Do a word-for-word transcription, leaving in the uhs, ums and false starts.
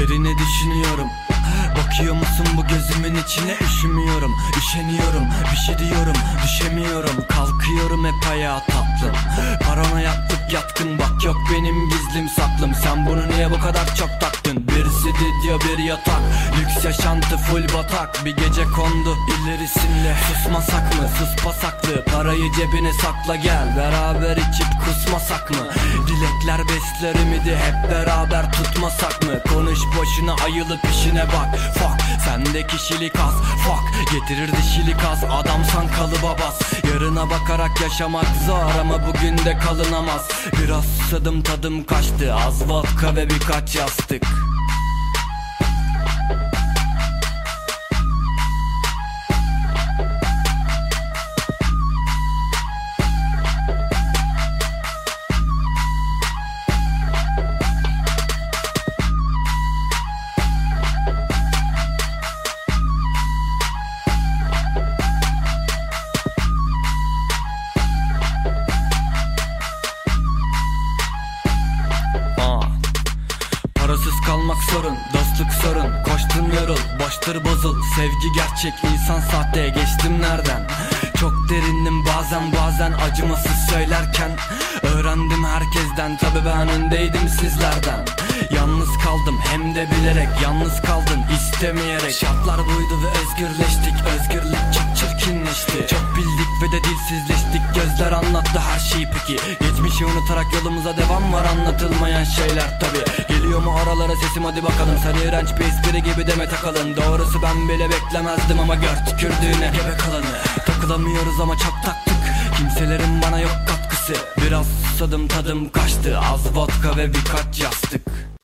Derine düşünüyorum. Bakıyor musun bu gözümün içine? Üşümüyorum, üşeniyorum, bir şey diyorum, düşemiyorum. Kalkıyorum hep ayağa tatlım. Paranoyaklık yatkın, bak yok benim gizlim saklım. Sen bunu niye bu kadar çok taktın? Bir stüdyo, bir yatak, lüks yaşantı full batak. Bir gece kondu ilerisinde, susmasak mı? Sus pasaklı, parayı cebine sakla gel. Beraber içip kusmasak mı? Dilekler besler ümidi, hep beraber tutmasak mı? Konuş boşuna, ayılıp işine bak. Fuck, sende kişilik az. Fuck, getirir dişilik az. Adamsan kalıba bas. Yarına bakarak yaşamak zor ama bugün de kalınamaz. Biraz susadım, tadım kaçtı. Az vodka ve birkaç yastık. Parasız kalmak sorun, dostluk sorun. Koştun yorul, boştur bozul. Sevgi gerçek, insan sahte, geçtim nereden? Çok derindim bazen bazen acımasız söylerken. Öğrendim herkesten, tabi ben öndeydim sizlerden. Yalnız kaldım hem de bilerek, yalnız kaldın istemeyerek. Şartlar buydu ve özgürleştik, özgürlük çok çirkinleşti. Çok bildik ve de dilsizleştik, gözler anlattı her şeyi peki. Geçmişi unutarak yolumuza devam var, anlatılmayan şeyler tabi. Geliyor mu aralara sesim, hadi bakalım. Sen iğrenç bir espri gibi deme takalın. Doğrusu ben bile beklemezdim ama gör tükürdüğüne gebe kalanı. Takılamıyoruz ama çok taktık, kimselerin bana yok katkısı. Biraz susadım, tadım kaçtı. Az vodka ve birkaç yastık.